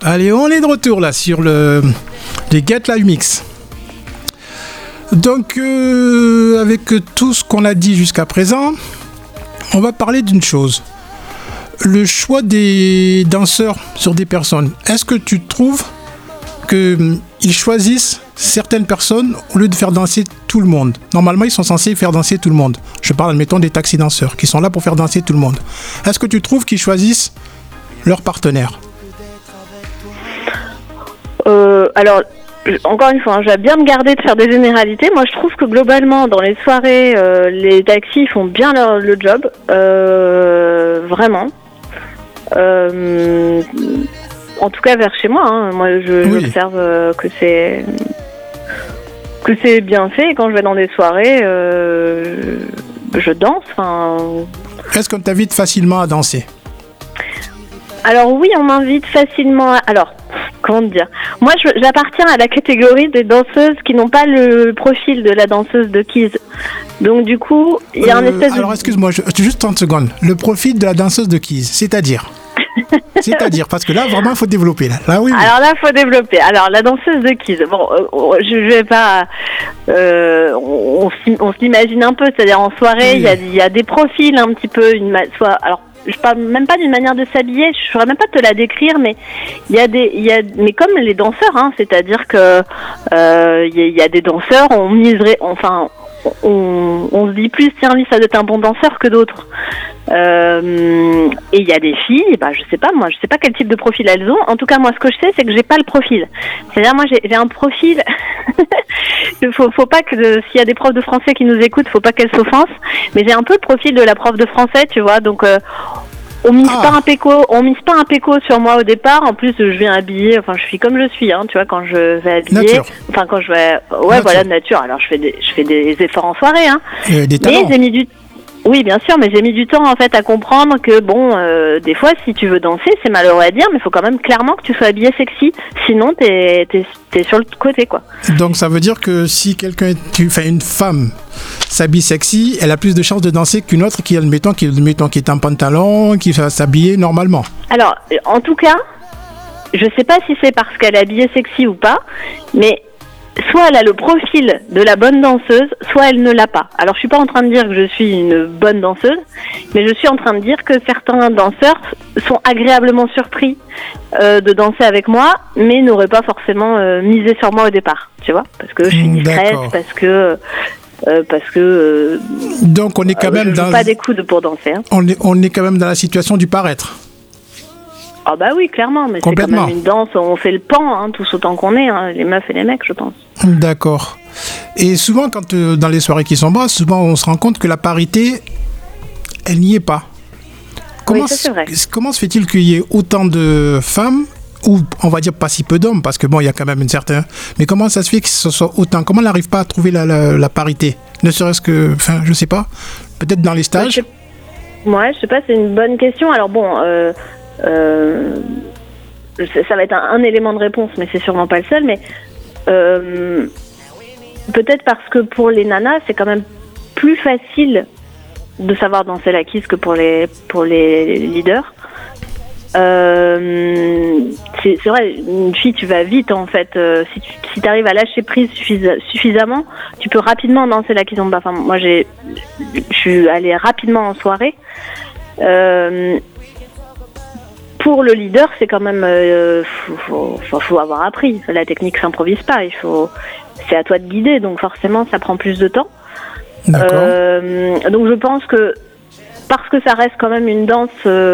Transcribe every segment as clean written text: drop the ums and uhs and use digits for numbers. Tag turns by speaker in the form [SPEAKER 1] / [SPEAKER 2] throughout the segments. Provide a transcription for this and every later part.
[SPEAKER 1] Allez, on est de retour là sur les Get Live Mix. Donc, avec tout ce qu'on a dit jusqu'à présent, on va parler d'une chose. Le choix des danseurs sur des personnes. Est-ce que tu trouves qu'ils choisissent certaines personnes au lieu de faire danser tout le monde? Normalement, ils sont censés faire danser tout le monde. Je parle, admettons, des taxi danseurs qui sont là pour faire danser tout le monde. Est-ce que tu trouves qu'ils choisissent leur partenaire?
[SPEAKER 2] Alors, encore une fois, je vais bien me garder de faire des généralités. Moi, je trouve que globalement, dans les soirées, les taxis font bien le job. Vraiment. En tout cas, vers chez moi. Hein. Moi, j'observe que c'est bien fait. Et quand je vais dans des soirées, je danse.
[SPEAKER 1] Est-ce qu'on t'invite facilement à danser?
[SPEAKER 2] Alors oui, on m'invite facilement. Alors, comment dire? Moi, j'appartiens à la catégorie des danseuses qui n'ont pas le profil de la danseuse de Keys. Donc du coup, il y a un espèce
[SPEAKER 1] Alors, excuse-moi, juste 30 secondes. Le profil de la danseuse de Keys, c'est-à-dire parce que là, vraiment, il faut développer. Là, oui.
[SPEAKER 2] Alors là, il faut développer. Alors, la danseuse de Keys, bon, je vais pas... on s'imagine un peu, c'est-à-dire en soirée, il y a des profils un petit peu... Alors, je parle même pas d'une manière de s'habiller, je saurais même pas te la décrire, mais mais comme les danseurs, hein, c'est-à-dire que il y a des danseurs, on se dit plus, tiens, lui, ça doit être un bon danseur que d'autres. Et il y a des filles, je sais pas quel type de profil elles ont. En tout cas, moi, ce que je sais, c'est que j'ai pas le profil. C'est-à-dire, moi, j'ai un profil. faut pas que s'il y a des profs de français qui nous écoutent, faut pas qu'elles s'offensent. Mais j'ai un peu le profil de la prof de français, tu vois. Donc, on mise pas un péco sur moi au départ. En plus, je viens habillée. Enfin, je suis comme je suis, hein, tu vois, quand je vais habiller.
[SPEAKER 1] Nature.
[SPEAKER 2] Enfin, quand je vais, nature. Voilà, nature. Alors, je fais des efforts en soirée, hein.
[SPEAKER 1] Des talents.
[SPEAKER 2] Mais j'ai mis Oui, bien sûr, mais j'ai mis du temps en fait à comprendre que des fois, si tu veux danser, c'est malheureux à dire, mais il faut quand même clairement que tu sois habillé sexy, sinon t'es sur le côté, quoi.
[SPEAKER 1] Donc ça veut dire que si une femme s'habille sexy, elle a plus de chances de danser qu'une autre qui est en pantalon, qui va s'habiller normalement.
[SPEAKER 2] Alors, en tout cas, je sais pas si c'est parce qu'elle est habillée sexy ou pas, mais soit elle a le profil de la bonne danseuse, soit elle ne l'a pas. Alors je suis pas en train de dire que je suis une bonne danseuse, mais je suis en train de dire que certains danseurs sont agréablement surpris de danser avec moi, mais n'auraient pas forcément misé sur moi au départ, tu vois, parce que je suis discrète, parce que
[SPEAKER 1] donc on est quand même
[SPEAKER 2] je joue pas des coudes pour danser. Hein.
[SPEAKER 1] On est quand même dans la situation du paraître.
[SPEAKER 2] Ah bah oui, clairement, mais c'est quand même une danse, on fait le pan, hein, tous autant qu'on est, hein, les meufs et les mecs, je pense.
[SPEAKER 1] D'accord. Et souvent, quand dans les soirées qui sont basses, souvent on se rend compte que la parité, elle n'y est pas.
[SPEAKER 2] Oui, ça, c'est vrai.
[SPEAKER 1] Comment se fait-il qu'il y ait autant de femmes, ou on va dire pas si peu d'hommes, parce que bon, il y a quand même une certaine... Mais comment ça se fait que ce soit autant? Comment on n'arrive pas à trouver la parité? Ne serait-ce que, je sais pas, peut-être dans les stages?
[SPEAKER 2] Ouais, je sais pas, c'est une bonne question. Alors bon... ça va être un élément de réponse, mais c'est sûrement pas le seul, mais peut-être parce que pour les nanas, c'est quand même plus facile de savoir danser la kiss que pour les leaders. C'est vrai, une fille, tu vas vite en fait. Si tu arrives à lâcher prise suffisamment, tu peux rapidement danser la kiss. Enfin, moi, je suis allée rapidement en soirée. Pour le leader, c'est quand même faut avoir appris. La technique s'improvise pas. C'est à toi de guider, donc forcément, ça prend plus de temps. Donc je pense que parce que ça reste quand même une danse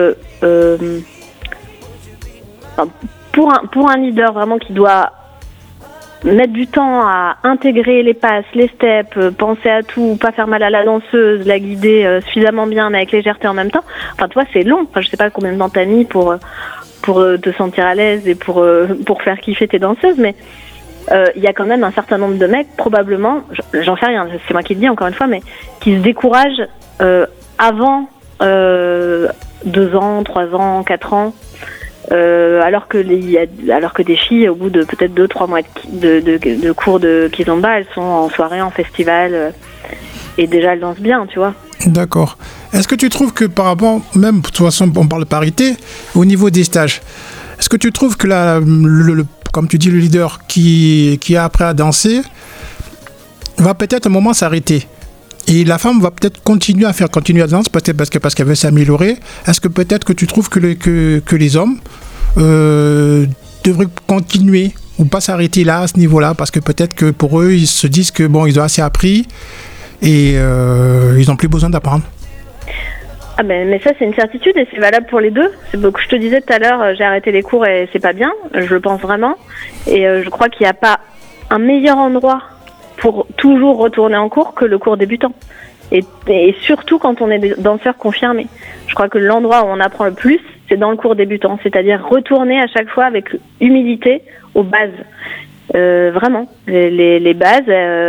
[SPEAKER 2] pour un leader vraiment qui doit mettre du temps à intégrer les passes, les steps, penser à tout, pas faire mal à la danseuse, la guider suffisamment bien mais avec légèreté en même temps. Enfin, tu vois, c'est long. Enfin, je sais pas combien de temps t'as mis pour te sentir à l'aise et pour faire kiffer tes danseuses, mais il y a quand même un certain nombre de mecs, probablement, j'en sais rien, c'est moi qui le dis encore une fois, mais qui se découragent avant 2 ans, 3 ans, 4 ans. Alors que des filles, au bout de peut-être 2-3 mois de cours de kizomba, elles sont en soirée, en festival, et déjà elles dansent bien, tu vois.
[SPEAKER 1] D'accord. Est-ce que tu trouves que par rapport, même de toute façon, on parle de parité, au niveau des stages, est-ce que tu trouves que comme tu dis, le leader qui a appris à danser va peut-être un moment s'arrêter? Et la femme va peut-être continuer à danser, peut-être parce qu'elle veut s'améliorer. Est-ce que peut-être que tu trouves que les hommes devraient continuer ou pas s'arrêter là, à ce niveau-là, parce que peut-être que pour eux, ils se disent que bon, ils ont assez appris et ils n'ont plus besoin d'apprendre?
[SPEAKER 2] Ah mais ça c'est une certitude et c'est valable pour les deux. C'est ce que je te disais tout à l'heure, j'ai arrêté les cours et c'est pas bien, je le pense vraiment. Et je crois qu'il n'y a pas un meilleur endroit pour toujours retourner en cours que le cours débutant. Et surtout quand on est des danseurs confirmés. Je crois que l'endroit où on apprend le plus, c'est dans le cours débutant. C'est-à-dire retourner à chaque fois avec humilité aux bases. Vraiment. Les bases,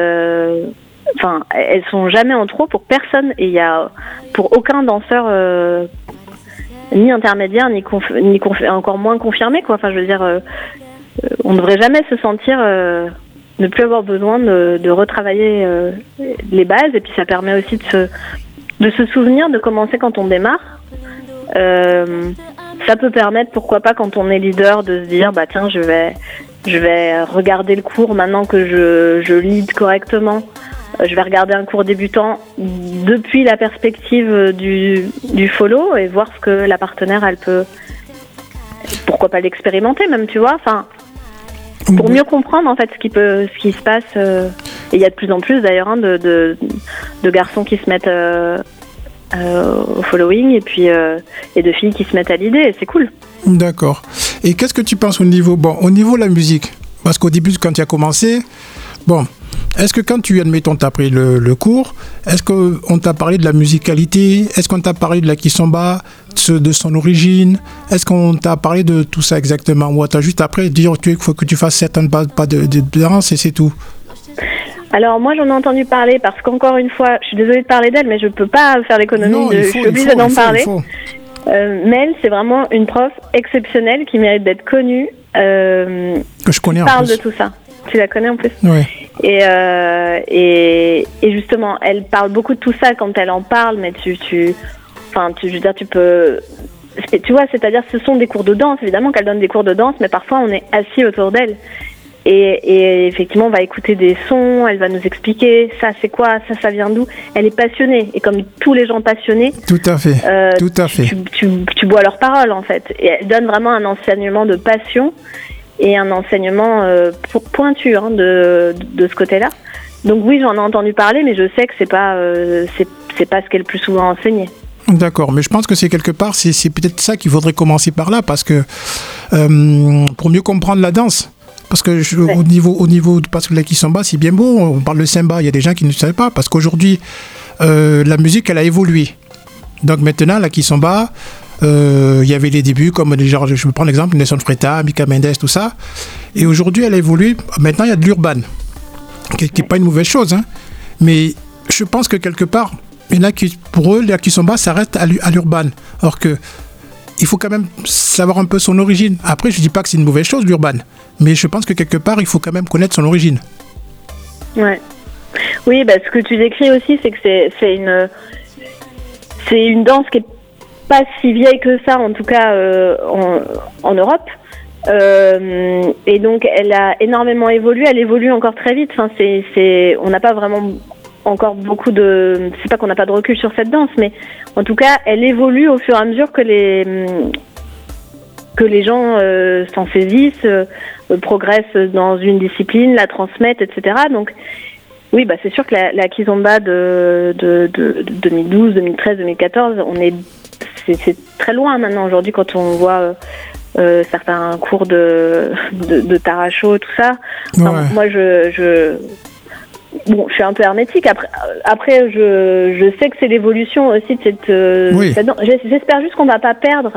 [SPEAKER 2] elles sont jamais en trop pour personne. Et il y a pour aucun danseur, ni intermédiaire, ni encore moins confirmé, quoi. Enfin, je veux dire, on ne devrait jamais se sentir... ne plus avoir besoin de retravailler les bases, et puis ça permet aussi de se souvenir de commencer quand on démarre. Ça peut permettre, pourquoi pas, quand on est leader, de se dire bah tiens, je vais regarder le cours maintenant que je lead correctement. Je vais regarder un cours débutant depuis la perspective du follow et voir ce que la partenaire elle peut, pourquoi pas l'expérimenter même, tu vois, enfin pour mieux comprendre en fait ce qui se passe. Et il y a de plus en plus d'ailleurs de garçons qui se mettent au following et puis et de filles qui se mettent à l'idée, et c'est cool.
[SPEAKER 1] D'accord. Et qu'est-ce que tu penses au niveau de la musique? Parce qu'au début, quand tu as commencé, est-ce que quand admettons, tu as pris le cours, est-ce qu'on t'a parlé de la musicalité? Est-ce qu'on t'a parlé de la kizomba, de son origine? Est-ce qu'on t'a parlé de tout ça exactement? Ou t'as juste après dit qu'il faut que tu fasses certaines pas de danse et c'est tout?
[SPEAKER 2] Alors moi j'en ai entendu parler parce qu'encore une fois, je suis désolée de parler d'elle, mais je peux pas faire l'économie, je suis obligée d'en parler. Mel, c'est vraiment une prof exceptionnelle qui mérite d'être connue. Que
[SPEAKER 1] je connais en plus.
[SPEAKER 2] Parle de tout ça. Tu la connais en plus?
[SPEAKER 1] Oui.
[SPEAKER 2] Et justement, elle parle beaucoup de tout ça quand elle en parle, mais je veux dire, tu peux... Tu vois, c'est-à-dire ce sont des cours de danse, évidemment qu'elle donne des cours de danse, mais parfois on est assis autour d'elle. Et effectivement, on va écouter des sons, elle va nous expliquer ça c'est quoi, ça vient d'où. Elle est passionnée, et comme tous les gens passionnés,
[SPEAKER 1] tout à fait, tout à fait.
[SPEAKER 2] Tu bois leurs paroles en fait. Et elle donne vraiment un enseignement de passion et un enseignement pointu de ce côté-là. Donc oui, j'en ai entendu parler, mais je sais que c'est pas ce qui est le plus souvent enseigné.
[SPEAKER 1] D'accord, mais je pense que c'est quelque part, c'est peut-être ça qu'il faudrait commencer par là, parce que pour mieux comprendre la danse. Parce que au niveau parce que la kizomba, c'est bien beau, on parle de Simba, il y a des gens qui ne savaient pas, parce qu'aujourd'hui, la musique, elle a évolué. Donc maintenant, la kizomba, il y avait les débuts, comme genre, je vais prendre l'exemple, Nelson Freta, Mika Mendes, tout ça. Et aujourd'hui, elle a évolué. Maintenant, il y a de l'urban, qui n'est pas une mauvaise chose. Hein. Mais je pense que quelque part, il y en a qui, pour eux, la kizomba s'arrête à l'urban. Alors que il faut quand même savoir un peu son origine. Après, je ne dis pas que c'est une mauvaise chose, l'urban. Mais je pense que quelque part, il faut quand même connaître son origine.
[SPEAKER 2] Ouais. Oui, ce que tu décris aussi, c'est que c'est une danse qui est pas si vieille que ça, en tout cas en Europe. Et donc, elle a énormément évolué. Elle évolue encore très vite. Enfin, on n'a pas vraiment encore beaucoup de... C'est pas qu'on n'a pas de recul sur cette danse, mais en tout cas, elle évolue au fur et à mesure que les gens s'en saisissent, progressent dans une discipline, la transmettent, etc. Donc, oui, c'est sûr que la kizomba de 2012, 2013, 2014, c'est très loin maintenant aujourd'hui quand on voit certains cours de Taracho, tout ça. Enfin, ouais. Moi, je suis un peu hermétique. Après je sais que c'est l'évolution aussi de cette danse. J'espère juste qu'on va pas perdre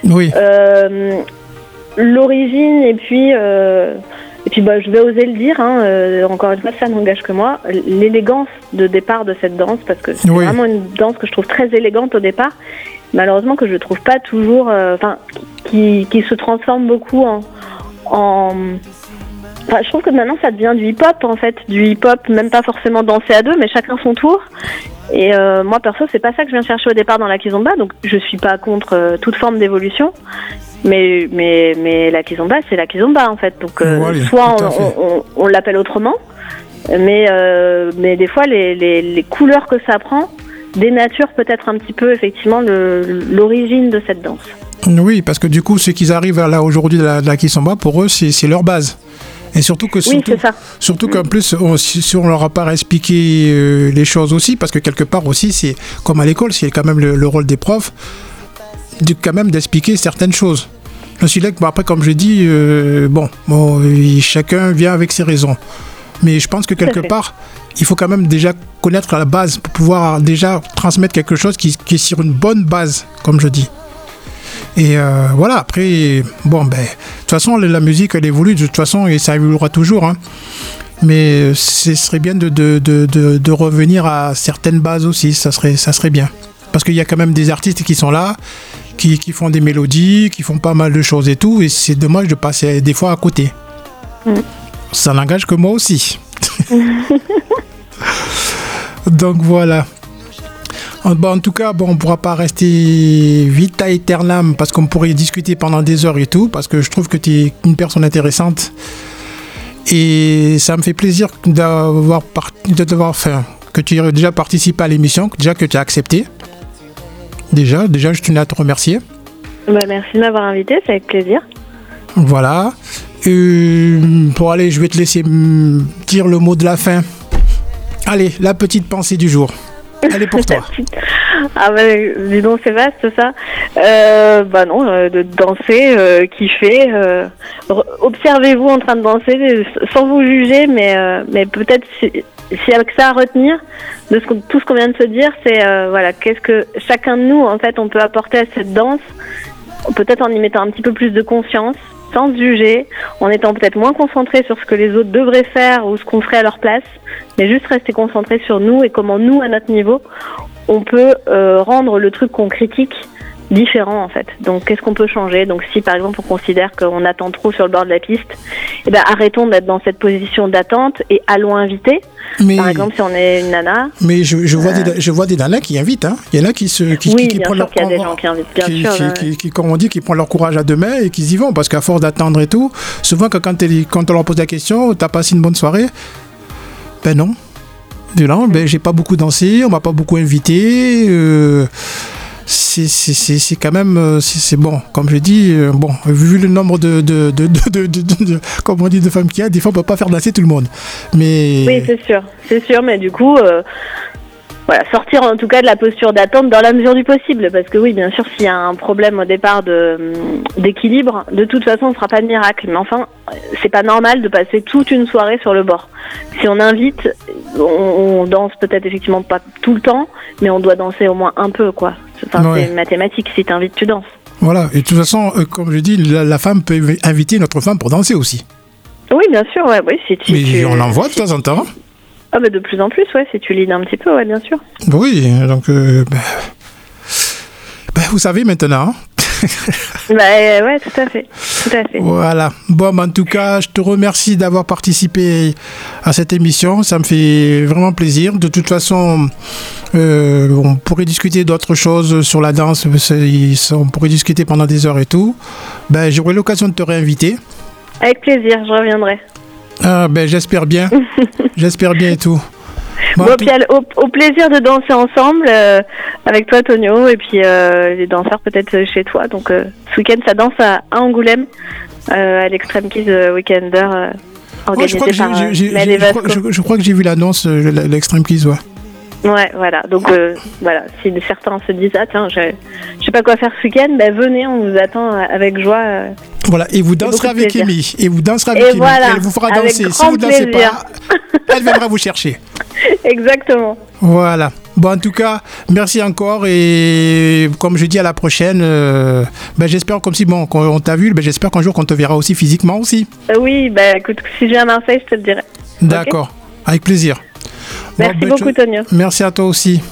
[SPEAKER 2] l'origine et puis je vais oser le dire, encore une fois, ça n'engage que moi, l'élégance de départ de cette danse, parce que c'est vraiment une danse que je trouve très élégante au départ, malheureusement que je trouve pas toujours, qui se transforme beaucoup en je trouve que maintenant ça devient du hip-hop en fait, du hip-hop, même pas forcément dansé à deux, mais chacun son tour. Et moi perso, c'est pas ça que je viens chercher au départ dans la kizomba, donc je suis pas contre toute forme d'évolution, mais la kizomba, c'est la kizomba en fait. Donc soit on l'appelle autrement, mais des fois les couleurs que ça prend dénaturent peut-être un petit peu effectivement l'origine de cette danse.
[SPEAKER 1] Oui, parce que du coup, ceux qui arrivent là aujourd'hui de la kizomba, pour eux, c'est leur base. Et surtout qu'en plus, si on leur a pas expliqué les choses aussi, parce que quelque part aussi, c'est comme à l'école, c'est quand même le rôle des profs, quand même d'expliquer certaines choses. Je suis là, après, comme je dis, chacun vient avec ses raisons. Mais je pense que quelque part, il faut quand même déjà connaître la base pour pouvoir déjà transmettre quelque chose qui est sur une bonne base, comme je dis. Et voilà, après, de toute façon, la musique, elle évolue, de toute façon, et ça évoluera toujours. Hein. Mais ce serait bien de revenir à certaines bases aussi, ça serait bien. Parce qu'il y a quand même des artistes qui sont là, qui font des mélodies, qui font pas mal de choses et tout, et c'est dommage de passer des fois à côté. Ça n'engage que moi aussi. Donc voilà. En tout cas, on ne pourra pas rester vita aeternam parce qu'on pourrait discuter pendant des heures et tout, parce que je trouve que tu es une personne intéressante. Et ça me fait plaisir que tu aies déjà participé à l'émission, déjà que tu as accepté. Déjà, je tenais à te remercier.
[SPEAKER 2] Merci de m'avoir invité, c'est avec plaisir.
[SPEAKER 1] Voilà. Pour aller, je vais te laisser dire le mot de la fin. Allez, la petite pensée du jour. Elle est pour toi.
[SPEAKER 2] Dis donc, c'est vaste ça. De danser, kiffer. Observez-vous en train de danser sans vous juger, mais peut-être s'il y a que ça à retenir de tout ce qu'on vient de se dire, c'est qu'est-ce que chacun de nous en fait on peut apporter à cette danse, peut-être en y mettant un petit peu plus de conscience, sans se juger, en étant peut-être moins concentré sur ce que les autres devraient faire ou ce qu'on ferait à leur place, mais juste rester concentré sur nous et comment nous, à notre niveau, on peut rendre le truc qu'on critique différent en fait. Donc qu'est-ce qu'on peut changer? Donc si par exemple on considère qu'on attend trop sur le bord de la piste, arrêtons d'être dans cette position d'attente et allons inviter. Par exemple si on est une nana.
[SPEAKER 1] Mais je vois des nanas qui invitent. Hein. Il y en a qui prennent leur
[SPEAKER 2] qu'il y a des gens qui invitent, bien sûr.
[SPEAKER 1] Comme on dit, qui prennent leur courage à deux mains et qui y vont parce qu'à force d'attendre et tout, souvent quand on leur pose la question, t'as passé une bonne soirée? Ben non. J'ai pas beaucoup dansé, on m'a pas beaucoup invité. C'est quand même c'est bon, comme je dis, vu le nombre de comme on dit, de femmes qu'il y a, des fois on peut pas faire danser tout le monde, mais
[SPEAKER 2] oui, c'est sûr, mais du coup sortir en tout cas de la posture d'attente dans la mesure du possible, parce que oui, bien sûr, s'il y a un problème au départ d'équilibre, de toute façon on fera pas de miracle, mais enfin c'est pas normal de passer toute une soirée sur le bord. Si on invite, on danse peut-être effectivement pas tout le temps, mais on doit danser au moins un peu, quoi. C'est mathématique, si t'invites, tu danses.
[SPEAKER 1] Voilà, et de toute façon, comme je dis, la femme peut inviter une autre femme pour danser aussi.
[SPEAKER 2] Oui, bien sûr, oui.
[SPEAKER 1] Mais on en voit de temps en temps.
[SPEAKER 2] Ah de plus en plus, si tu leads un petit peu, bien sûr.
[SPEAKER 1] Oui, donc vous savez maintenant. Hein.
[SPEAKER 2] Tout à fait.
[SPEAKER 1] Voilà. En tout cas, je te remercie d'avoir participé à cette émission. Ça me fait vraiment plaisir. De toute façon, on pourrait discuter d'autres choses sur la danse. On pourrait discuter pendant des heures et tout. J'aurai l'occasion de te réinviter.
[SPEAKER 2] Avec plaisir, je reviendrai.
[SPEAKER 1] J'espère bien. J'espère bien et tout.
[SPEAKER 2] Puis au plaisir de danser ensemble avec toi, Tonio, et puis les danseurs peut-être chez toi. Donc ce week-end, ça danse à Angoulême, à l'Extreme Kids Weekender organisé par
[SPEAKER 1] je crois que j'ai vu l'annonce, l'Extreme Kids,
[SPEAKER 2] Ouais, voilà. Donc si certains se disent tiens, je sais pas quoi faire ce week-end, venez, on vous attend avec joie.
[SPEAKER 1] Voilà, et vous danserez avec Amy. Et vous danserez avec Amy.
[SPEAKER 2] Voilà,
[SPEAKER 1] elle vous fera danser. Si vous ne dansez pas, elle viendra vous chercher.
[SPEAKER 2] Exactement.
[SPEAKER 1] Voilà. En tout cas, merci encore. Et comme je dis, à la prochaine. J'espère, comme si on t'a vu, j'espère qu'un jour qu'on te verra aussi physiquement aussi.
[SPEAKER 2] Oui, écoute, si je viens à Marseille, je te le dirai.
[SPEAKER 1] D'accord. Okay. Avec plaisir.
[SPEAKER 2] Merci beaucoup, Tonio.
[SPEAKER 1] Merci à toi aussi.